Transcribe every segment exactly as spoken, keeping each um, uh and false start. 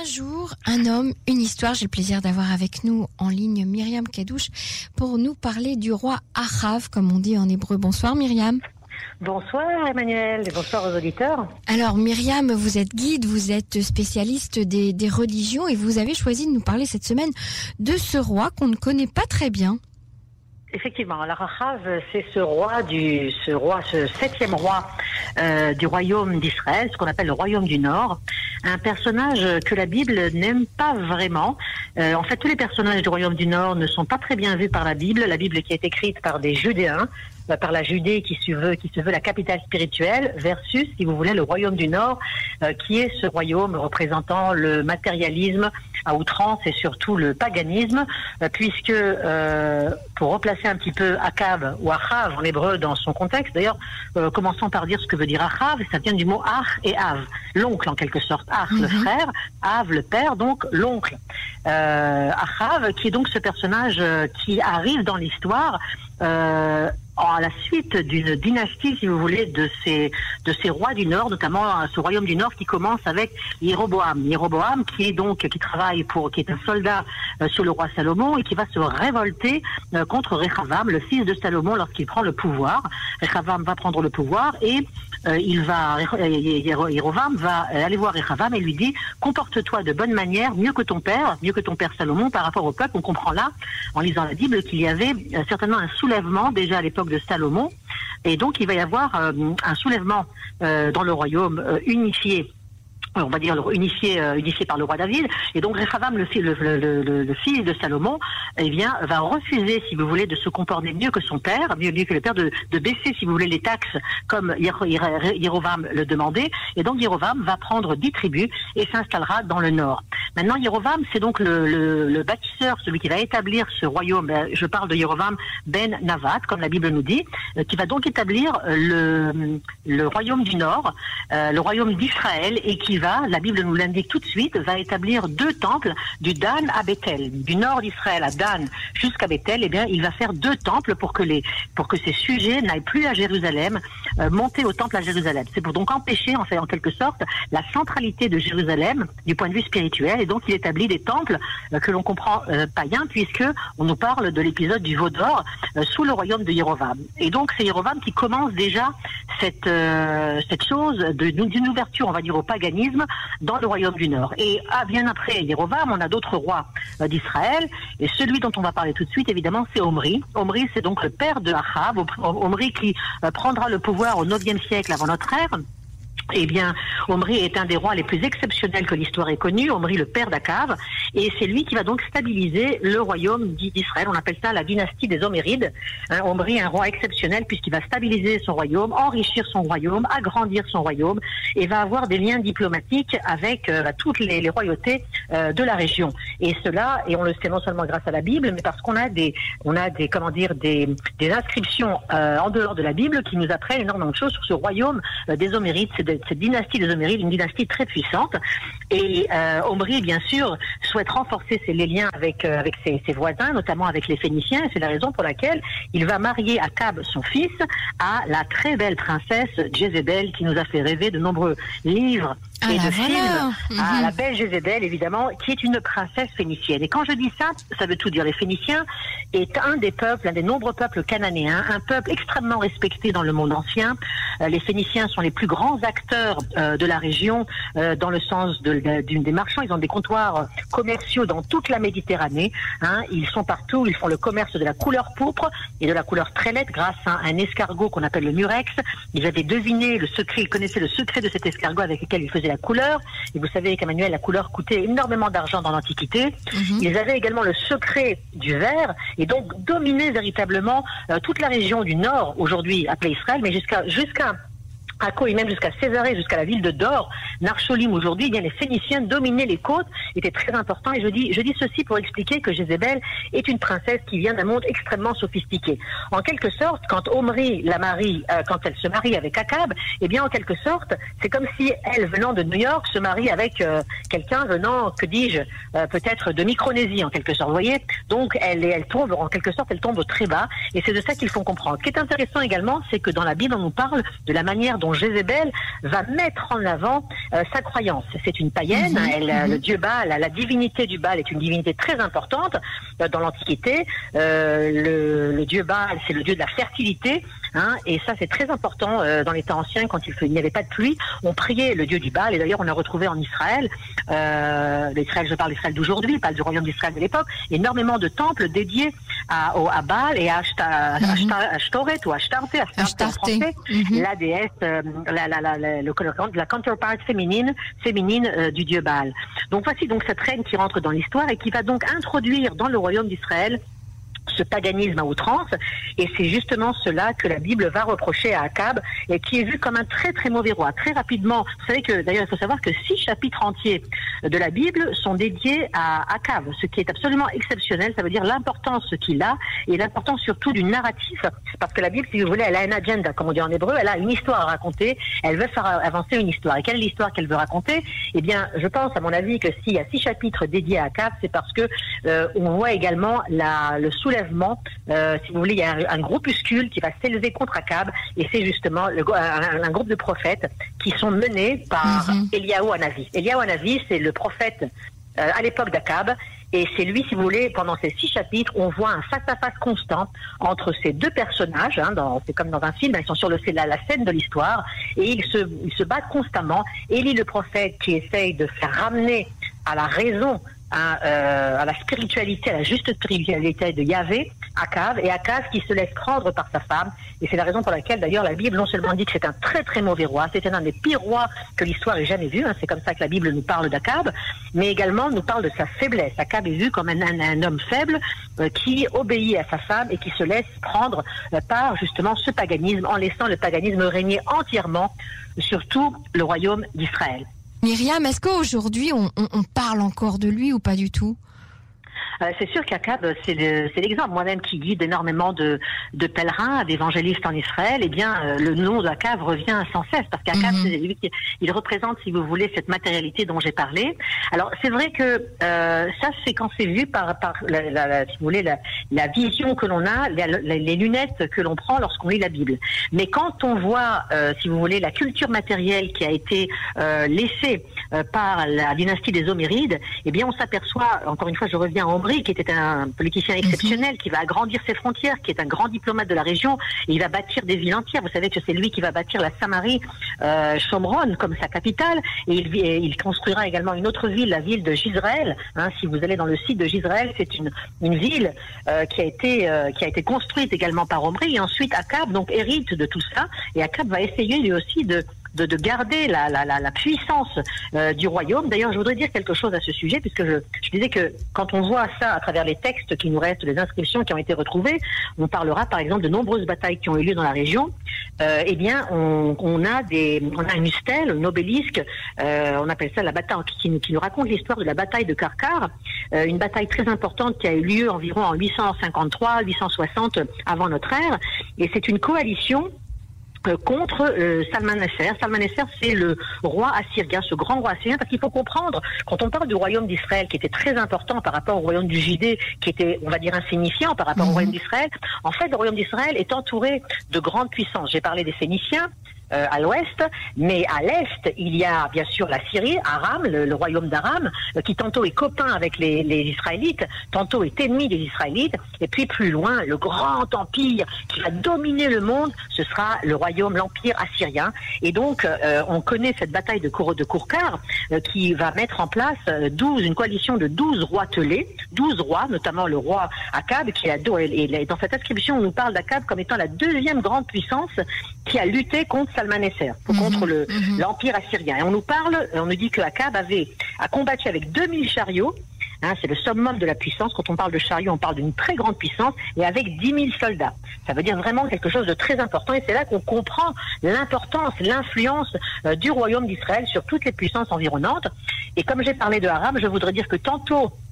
jour, un homme, une histoire. J'ai le plaisir d'avoir avec nous en ligne Myriam Kadouche pour nous parler du roi Achav, comme on dit en hébreu. Bonsoir Myriam. Bonsoir Emmanuel et bonsoir aux auditeurs. Alors Myriam, vous êtes guide, vous êtes spécialiste des, des religions et vous avez choisi de nous parler cette semaine de ce roi qu'on ne connaît pas très bien. Effectivement, alors Achav, c'est ce roi du, ce roi, ce septième roi euh, du royaume d'Israël, ce qu'on appelle le royaume du Nord, un personnage que la Bible n'aime pas vraiment. Euh, en fait, tous les personnages du royaume du Nord ne sont pas très bien vus par la Bible. La Bible qui est écrite par des Judéens, par la Judée qui se veut, qui se veut la capitale spirituelle, versus, si vous voulez, le royaume du Nord, euh, qui est ce royaume représentant le matérialisme à outrance et surtout le paganisme, euh, puisque, euh, pour replacer un petit peu Akav ou Achav en hébreu dans son contexte, d'ailleurs, euh, commençons par dire ce que veut dire Achav, ça vient du mot Ach et Av, l'oncle en quelque sorte, Ach mm-hmm. le frère, Av le père, donc l'oncle. Euh, Achav, qui est donc ce personnage euh, qui arrive dans l'histoire, euh, à la suite d'une dynastie, si vous voulez, de ces de ces rois du Nord, notamment ce royaume du Nord qui commence avec Jéroboam. Jéroboam qui est donc qui travaille pour qui est un soldat euh, sur le roi Salomon et qui va se révolter euh, contre Rechavam, le fils de Salomon, lorsqu'il prend le pouvoir. Rechavam va prendre le pouvoir et euh, il va Jéroboam va aller voir Rechavam et lui dit comporte-toi de bonne manière, mieux que ton père, mieux que ton père Salomon par rapport au peuple. On comprend là, en lisant la Bible, qu'il y avait euh, certainement un soulèvement déjà à l'époque de Salomon, et donc il va y avoir euh, un soulèvement euh, dans le royaume euh, unifié, on va dire unifié, euh, unifié par le roi David, et donc Rechavam, le, le, le, le, le fils de Salomon, eh bien, va refuser, si vous voulez, de se comporter mieux que son père, mieux, mieux que le père, de, de baisser, si vous voulez, les taxes comme Jéroboam le demandait, et donc Jéroboam va prendre dix tribus et s'installera dans le nord. Maintenant, Jéroboam, c'est donc le, le, le bâtisseur, celui qui va établir ce royaume. Je parle de Jéroboam ben Navat, comme la Bible nous dit, qui va donc établir le, le royaume du Nord, euh, le royaume d'Israël, et qui va, la Bible nous l'indique tout de suite, va établir deux temples du Dan à Bethel, du nord d'Israël à Dan jusqu'à Bethel. Eh bien, il va faire deux temples pour que les, pour que ces sujets n'aillent plus à Jérusalem, euh, monter au temple à Jérusalem. C'est pour donc empêcher, en fait, en quelque sorte, la centralité de Jérusalem du point de vue spirituel. Et donc, il établit des temples euh, que l'on comprend euh, païens, puisque on nous parle de l'épisode du veau d'or euh, sous le royaume de Jéroboam. Et donc, c'est Jéroboam qui commence déjà cette euh, cette chose de, d'une ouverture, on va dire, au paganisme dans le royaume du Nord. Et ah, bien après Jéroboam, on a d'autres rois euh, d'Israël, et celui dont on va parler tout de suite, évidemment, c'est Omri. Omri, c'est donc le père de Achav, Omri qui euh, prendra le pouvoir au neuvième siècle avant notre ère. Eh bien, Omri est un des rois les plus exceptionnels que l'histoire ait connu, Omri le père d'Akav, et c'est lui qui va donc stabiliser le royaume d'Israël. On appelle ça la dynastie des Omérides. Hein, Omri est un roi exceptionnel puisqu'il va stabiliser son royaume, enrichir son royaume, agrandir son royaume, et va avoir des liens diplomatiques avec euh, toutes les, les royautés euh, de la région. Et cela, et on le sait non seulement grâce à la Bible, mais parce qu'on a des, on a des, comment dire, des, des inscriptions euh, en dehors de la Bible qui nous apprennent énormément de choses sur ce royaume euh, des Omérides. C'est de, cette dynastie des Omérides, une dynastie très puissante. Et euh, Omri, bien sûr, souhaite renforcer ses, les liens avec euh, avec ses, ses voisins, notamment avec les Phéniciens. C'est la raison pour laquelle il va marier Akab, son fils, à la très belle princesse Jézébel, qui nous a fait rêver de nombreux livres ah et de voilà. films. Mm-hmm. À la belle Jézébel, évidemment, qui est une princesse phénicienne. Et quand je dis ça, ça veut tout dire. Les Phéniciens est un des peuples, un des nombreux peuples cananéens, un peuple extrêmement respecté dans le monde ancien. Euh, les Phéniciens sont les plus grands acteurs euh, de la région, euh, dans le sens de, de, d'une des marchands. Ils ont des comptoirs commerciaux dans toute la Méditerranée. Hein. Ils sont partout. Ils font le commerce de la couleur pourpre et de la couleur très laite grâce à un escargot qu'on appelle le murex. Ils avaient deviné le secret, ils connaissaient le secret de cet escargot avec lequel ils faisaient la couleur. Et vous savez qu'Emmanuel, la couleur coûtait énormément d'argent dans l'Antiquité. Mm-hmm. Ils avaient également le secret du verre et donc dominaient véritablement euh, toute la région du nord, aujourd'hui appelée Israël, mais jusqu'à jusqu'à Akko et même jusqu'à Césarée, jusqu'à la ville de Dor, Narcholim aujourd'hui, eh bien les Phéniciens dominaient les côtes, étaient très importants. Et je dis, je dis ceci pour expliquer que Jézébel est une princesse qui vient d'un monde extrêmement sophistiqué. En quelque sorte, quand Omri la marie, euh, quand elle se marie avec Akab, eh bien en quelque sorte, c'est comme si elle, venant de New York, se marie avec euh, quelqu'un venant, que dis-je, euh, peut-être de Micronésie en quelque sorte. Vous voyez, donc elle, elle tombe en quelque sorte, elle tombe très bas. Et c'est de ça qu'il faut comprendre. Ce qui est intéressant également, c'est que dans la Bible, on nous parle de la manière dont dont Jézabel va mettre en avant euh, sa croyance. C'est une païenne, mmh, elle, mmh. le dieu Baal, la, la divinité du Baal est une divinité très importante euh, dans l'Antiquité. Euh, le, le dieu Baal, c'est le dieu de la fertilité, hein, et ça c'est très important euh, dans les temps anciens, quand il, il n'y avait pas de pluie, on priait le dieu du Baal, et d'ailleurs on a retrouvé en Israël, euh, l'Israël, je parle d'Israël d'aujourd'hui, pas du royaume d'Israël de l'époque, énormément de temples dédiés à, au, à Baal et à Ashta, mm-hmm. Ashtoret ou Ashtarte, Ashtarte en français, mm-hmm. la déesse, euh, la, la, la, la, le, la counterpart féminine, féminine euh, du dieu Baal. Donc voici donc cette reine qui rentre dans l'histoire et qui va donc introduire dans le royaume d'Israël ce paganisme à outrance, et c'est justement cela que la Bible va reprocher à Akab, et qui est vu comme un très très mauvais roi. Très rapidement, vous savez que d'ailleurs il faut savoir que six chapitres entiers de la Bible sont dédiés à Akab, ce qui est absolument exceptionnel. Ça veut dire l'importance qu'il a, et l'importance surtout du narratif, parce que la Bible, si vous voulez, elle a une agenda, comme on dit en hébreu, elle a une histoire à raconter, elle veut faire avancer une histoire. Et quelle est l'histoire qu'elle veut raconter? Eh bien, je pense, à mon avis, que s'il y a six chapitres dédiés à Akab, c'est parce que euh, on voit également la, le soulèvement Euh, si vous voulez, il y a un, un groupuscule qui va s'élever contre Akab, et c'est justement le, un, un groupe de prophètes qui sont menés par mm-hmm. Eliyahu Hanavi. Eliyahu Hanavi, c'est le prophète euh, à l'époque d'Akab, et c'est lui, si vous voulez, pendant ces six chapitres, on voit un face-à-face constant entre ces deux personnages, hein, dans, c'est comme dans un film, ils sont sur le, c'est la, la scène de l'histoire, et ils se, ils se battent constamment. Élie le prophète qui essaye de faire ramener à la raison, À, euh, à la spiritualité, à la juste spiritualité de Yahvé, Akab, et Akab qui se laisse prendre par sa femme, et c'est la raison pour laquelle d'ailleurs la Bible non seulement dit que c'est un très très mauvais roi, c'est un des pires rois que l'histoire ait jamais vu, hein, c'est comme ça que la Bible nous parle d'Akab, mais également nous parle de sa faiblesse. Akab est vu comme un, un, un homme faible euh, qui obéit à sa femme et qui se laisse prendre euh, par justement ce paganisme, en laissant le paganisme régner entièrement sur tout le royaume d'Israël. Myriam, est-ce qu'aujourd'hui on, on, on parle encore de lui ou pas du tout? Euh, c'est sûr qu'Akab, c'est, le, c'est l'exemple. Moi-même qui guide énormément de, de pèlerins, d'évangélistes en Israël, eh bien, euh, le nom d'Akab revient sans cesse, parce qu'Akab, mm-hmm. c'est lui qui, il représente, si vous voulez, cette matérialité dont j'ai parlé. Alors, c'est vrai que euh, ça, c'est quand c'est vu par, par la, la, la, si vous voulez, la, la vision que l'on a, la, la, les lunettes que l'on prend lorsqu'on lit la Bible. Mais quand on voit, euh, si vous voulez, la culture matérielle qui a été euh, laissée euh, par la dynastie des Omérides, eh bien, on s'aperçoit, encore une fois, je reviens à Omri, qui était un politicien exceptionnel, mm-hmm. qui va agrandir ses frontières, qui est un grand diplomate de la région, et il va bâtir des villes entières. Vous savez que c'est lui qui va bâtir la Samarie, euh, Shomron, comme sa capitale, et il, et il construira également une autre ville, la ville de Jizraël. Hein, si vous allez dans le site de Jizraël, c'est une, une ville euh, qui a été euh, qui a été construite également par Omri, et ensuite Akab donc hérite de tout ça, et Akab va essayer lui aussi de De, de garder la, la, la, la puissance euh, du royaume. D'ailleurs, je voudrais dire quelque chose à ce sujet, puisque je, je disais que quand on voit ça à travers les textes qui nous restent, les inscriptions qui ont été retrouvées, on parlera par exemple de nombreuses batailles qui ont eu lieu dans la région. Euh, eh bien, on, on a des, on a une stèle, un obélisque, euh, on appelle ça la bataille, qui, qui nous raconte l'histoire de la bataille de Karkar, euh, une bataille très importante qui a eu lieu environ en huit cent cinquante-trois à huit cent soixante avant notre ère, et c'est une coalition contre euh, Salmaneser. Salmaneser, c'est le roi assyrien, ce grand roi assyrien, parce qu'il faut comprendre, quand on parle du royaume d'Israël, qui était très important par rapport au royaume du Judée, qui était, on va dire, insignifiant par rapport mmh. au royaume d'Israël, en fait, le royaume d'Israël est entouré de grandes puissances. J'ai parlé des Phéniciens, Euh, à l'ouest, mais à l'est, il y a bien sûr la Syrie, Aram, le, le royaume d'Aram, euh, qui tantôt est copain avec les, les Israélites, tantôt est ennemi des Israélites, et puis plus loin, le grand empire qui va dominer le monde, ce sera le royaume, l'empire assyrien. Et donc, euh, on connaît cette bataille de, Kour, de Kourkar, euh, qui va mettre en place euh, douze, une coalition de douze rois telés, douze rois, notamment le roi Akab, qui a, et, et dans cette inscription, on nous parle d'Akab comme étant la deuxième grande puissance qui a lutté contre Salmaneser, mmh, contre le, mmh. l'empire assyrien. Et on nous parle, on nous dit que Akab avait a combattu avec deux mille chariots. Hein, c'est le summum de la puissance. Quand on parle de chariots, on parle d'une très grande puissance, et avec dix mille soldats. Ça veut dire vraiment quelque chose de très important, et c'est là qu'on comprend l'importance, l'influence euh, du royaume d'Israël sur toutes les puissances environnantes. Et comme j'ai parlé de Aram, je voudrais dire que tantôt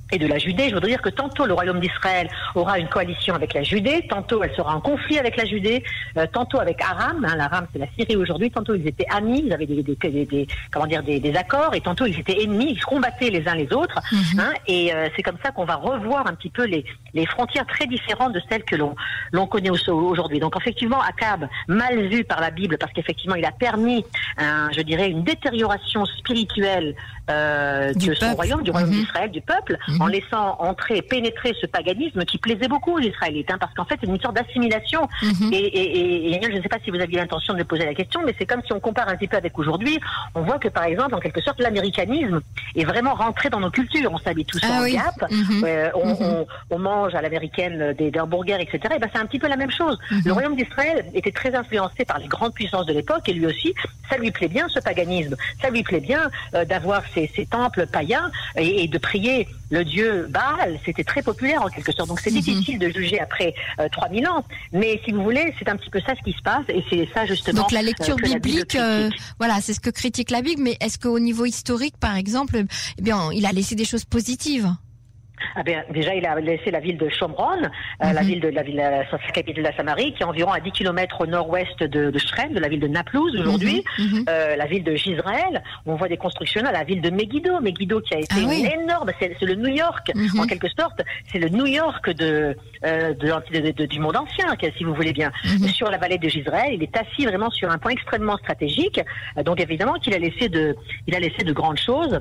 et de la Judée. Je voudrais dire que tantôt le royaume d'Israël aura une coalition avec la Judée, tantôt elle sera en conflit avec la Judée, euh, tantôt avec Aram, hein, l'Aram c'est la Syrie aujourd'hui, tantôt ils étaient amis, ils avaient des, des, des, des comment dire des, des accords, et tantôt ils étaient ennemis, ils se combattaient les uns les autres, mm-hmm. hein, et euh, c'est comme ça qu'on va revoir un petit peu les, les frontières très différentes de celles que l'on, l'on connaît aujourd'hui. Donc effectivement, Akab, mal vu par la Bible, parce qu'effectivement il a permis, un, je dirais, une détérioration spirituelle euh, de son royaume, du royaume mm-hmm. d'Israël, du peuple, mm-hmm. en laissant entrer, pénétrer ce paganisme qui plaisait beaucoup aux Israélites, hein, parce qu'en fait c'est une sorte d'assimilation. Mm-hmm. Et, et, et, et je ne sais pas si vous aviez l'intention de me poser la question, mais c'est comme si on compare un petit peu avec aujourd'hui. On voit que par exemple, en quelque sorte, l'américanisme est vraiment rentré dans nos cultures. On s'habille tous ah, en oui. Gap, mm-hmm. euh, on, mm-hmm. on, on mange à l'américaine des, des hamburgers, et cetera. Et ben c'est un petit peu la même chose. Mm-hmm. Le royaume d'Israël était très influencé par les grandes puissances de l'époque, et lui aussi, ça lui plaît bien ce paganisme. Ça lui plaît bien euh, d'avoir ces, ces temples païens et, et de prier le dieu Baal. C'était très populaire en quelque sorte. Donc c'est mm-hmm. difficile de juger après euh, trois mille ans. Mais si vous voulez, c'est un petit peu ça ce qui se passe, et c'est ça justement. Donc la lecture euh, biblique, la Bible euh, voilà, c'est ce que critique la Bible. Mais est-ce qu'au niveau historique, par exemple, eh bien, il a laissé des choses positives? Ah ben, déjà, il a laissé la ville de Shomron, euh, mm-hmm. la ville de la ville, la, la capitale de la Samarie, qui est environ à dix kilomètres au nord-ouest de, de Shrem, de la ville de Naplouse aujourd'hui, mm-hmm. euh, la ville de Gisraël. On voit des constructions là, la ville de Megiddo, Megiddo qui a été ah, oui. énorme, c'est, c'est le New York mm-hmm. en quelque sorte, c'est le New York de, euh, de, de, de du monde ancien, si vous voulez bien. Mm-hmm. Sur la vallée de Gisraël, il est assis vraiment sur un point extrêmement stratégique. Donc évidemment qu'il a laissé de, il a laissé de grandes choses.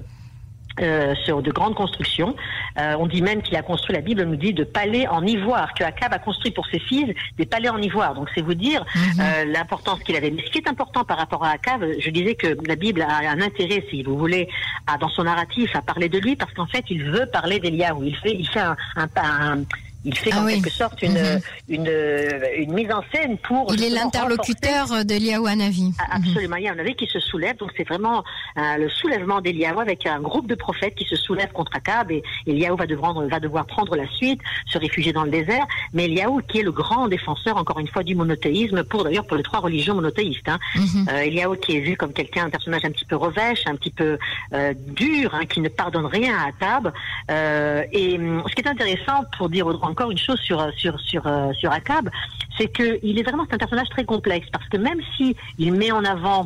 Euh, sur de grandes constructions. Euh, on dit même qu'il a construit, la Bible nous dit, de palais en ivoire, que Akab a construit pour ses fils des palais en ivoire. Donc c'est vous dire mm-hmm. euh, l'importance qu'il avait. Mais ce qui est important par rapport à Akab, je disais que la Bible a un intérêt, si vous voulez, à, dans son narratif, à parler de lui, parce qu'en fait, il veut parler d'Eliaou. Il fait, il fait un, un, un Il fait ah en oui. quelque sorte une, mmh. une, une mise en scène pour... Il est l'interlocuteur renforcer... d'Eliaou Hanavi. Absolument, il y a un Hanavi qui se soulève, donc c'est vraiment euh, le soulèvement d'Eliaou avec un groupe de prophètes qui se soulèvent contre Akab, et Eliaou va devoir, va devoir prendre la suite, se réfugier dans le désert, mais Eliaou qui est le grand défenseur, encore une fois, du monothéisme, pour d'ailleurs pour les trois religions monothéistes. Hein. Mmh. Euh, Eliaou qui est vu comme quelqu'un, un personnage un petit peu revêche, un petit peu euh, dur, hein, qui ne pardonne rien à Akab. Euh, et ce qui est intéressant pour dire au encore une chose sur sur sur euh, sur Akab, c'est que il est vraiment c'est un personnage très complexe, parce que même si il met en avant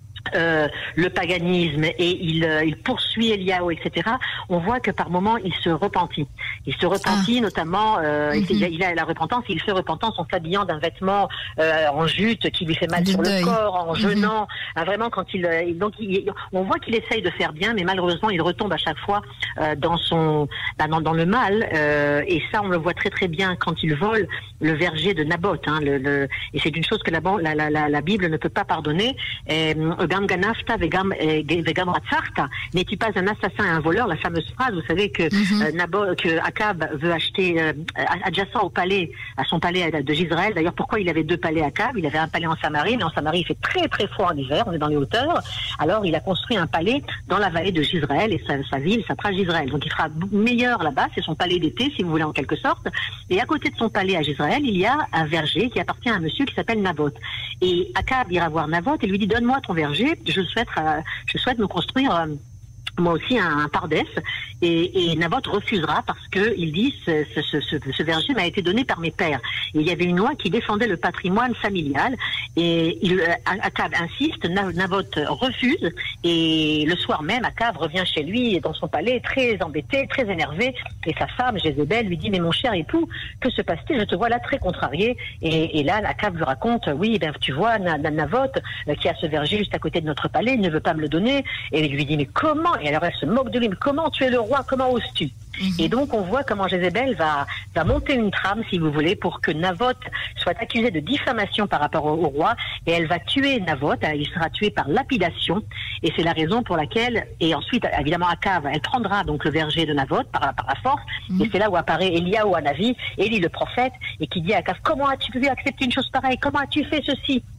Euh, le paganisme et il, euh, il poursuit Eliaou, et cetera. On voit que par moments il se repentit. Il se repentit ah. notamment. Euh, mm-hmm. il, a, il a la repentance. Il fait repentance en s'habillant d'un vêtement euh, en jute qui lui fait mal du sur deuil. Le corps, en mm-hmm. jeûnant. Ah, vraiment, quand il, il donc il, on voit qu'il essaye de faire bien, mais malheureusement il retombe à chaque fois euh, dans son bah, dans, dans le mal. Euh, et ça, on le voit très très bien quand il vole le verger de Naboth. Hein, le, le, et c'est une chose que la, la, la, la, la Bible ne peut pas pardonner. Et, Ganafta vegam vegam ratzarta, n'es-tu pas un assassin et un voleur? La fameuse phrase, vous savez que mm-hmm. euh, Naboth, que Akab veut acheter euh, adjacent au palais, à son palais de Gisraël. D'ailleurs, pourquoi il avait deux palais Akab? Il avait un palais en Samarie, mais en Samarie il fait très très froid en hiver, on est dans les hauteurs. Alors il a construit un palais dans la vallée de Gisraël, et sa, sa ville s'appellera Gisraël. Donc il sera meilleur là-bas, c'est son palais d'été, si vous voulez, en quelque sorte. Et à côté de son palais à Gisraël, il y a un verger qui appartient à un monsieur qui s'appelle Naboth. Et Akab ira voir Naboth et lui dit: donne-moi ton verger. Je souhaite, euh, je souhaite me construire euh, moi aussi un, un pardès, et, et Naboth refusera parce que il dit ce, ce, ce, ce verger m'a été donné par mes pères. Et il y avait une loi qui défendait le patrimoine familial, et il, Akab insiste, Naboth refuse, et le soir même Akab revient chez lui dans son palais très embêté, très énervé, et sa femme Jézébel lui dit: mais mon cher époux, que se passe-t-il? Je te vois là très contrarié. Et, et là Akab lui raconte: oui, ben tu vois, Naboth euh, qui a ce verger juste à côté de notre palais ne veut pas me le donner. Et il lui dit: mais comment? Et alors elle se moque de lui: mais comment tu es le roi, comment oses-tu? Mmh. Et donc on voit comment Jézébel va, va monter une trame, si vous voulez, pour que Naboth soit accusé de diffamation par rapport au, au roi, et elle va tuer Naboth. Il sera tué par lapidation, et c'est la raison pour laquelle, et ensuite évidemment Akab, elle prendra donc le verger de Naboth par, par la force, mmh. et c'est là où apparaît Eliaou Hanavi, Élie le prophète, et qui dit à Akab: comment as-tu pu accepter une chose pareille? Comment as-tu fait ceci?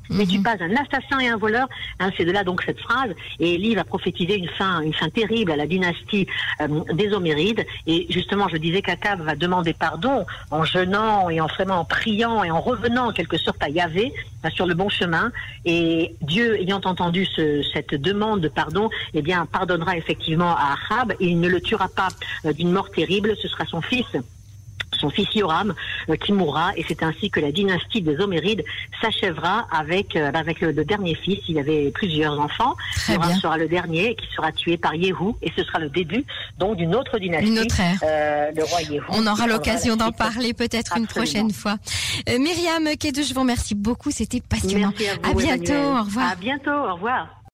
mais tu pas un assassin et un voleur. Hein, c'est de là donc cette phrase. Et Élie va prophétiser une fin, une fin terrible à la dynastie euh, des Omérides. Et justement, je disais qu'Akab va demander pardon en jeûnant et en vraiment en priant et en revenant en quelque sorte à Yahvé, hein, sur le bon chemin. Et Dieu, ayant entendu ce, cette demande de pardon, eh bien, pardonnera effectivement à Achab et il ne le tuera pas euh, d'une mort terrible. Ce sera son fils. son fils Yoram euh, qui mourra, et c'est ainsi que la dynastie des Omérides s'achèvera avec euh, avec le, le dernier fils. Il y avait plusieurs enfants. Très Yoram bien. sera le dernier qui sera tué par Yéhou, et ce sera le début donc d'une autre dynastie. Une autre ère. Euh, le roi Yéhou. On aura l'occasion d'en Voilà. parler peut-être une Absolument. prochaine fois. Euh, Myriam Kedouche, je vous remercie beaucoup, c'était passionnant. Merci à vous, à bientôt, Emmanuel. au revoir. À bientôt, au revoir.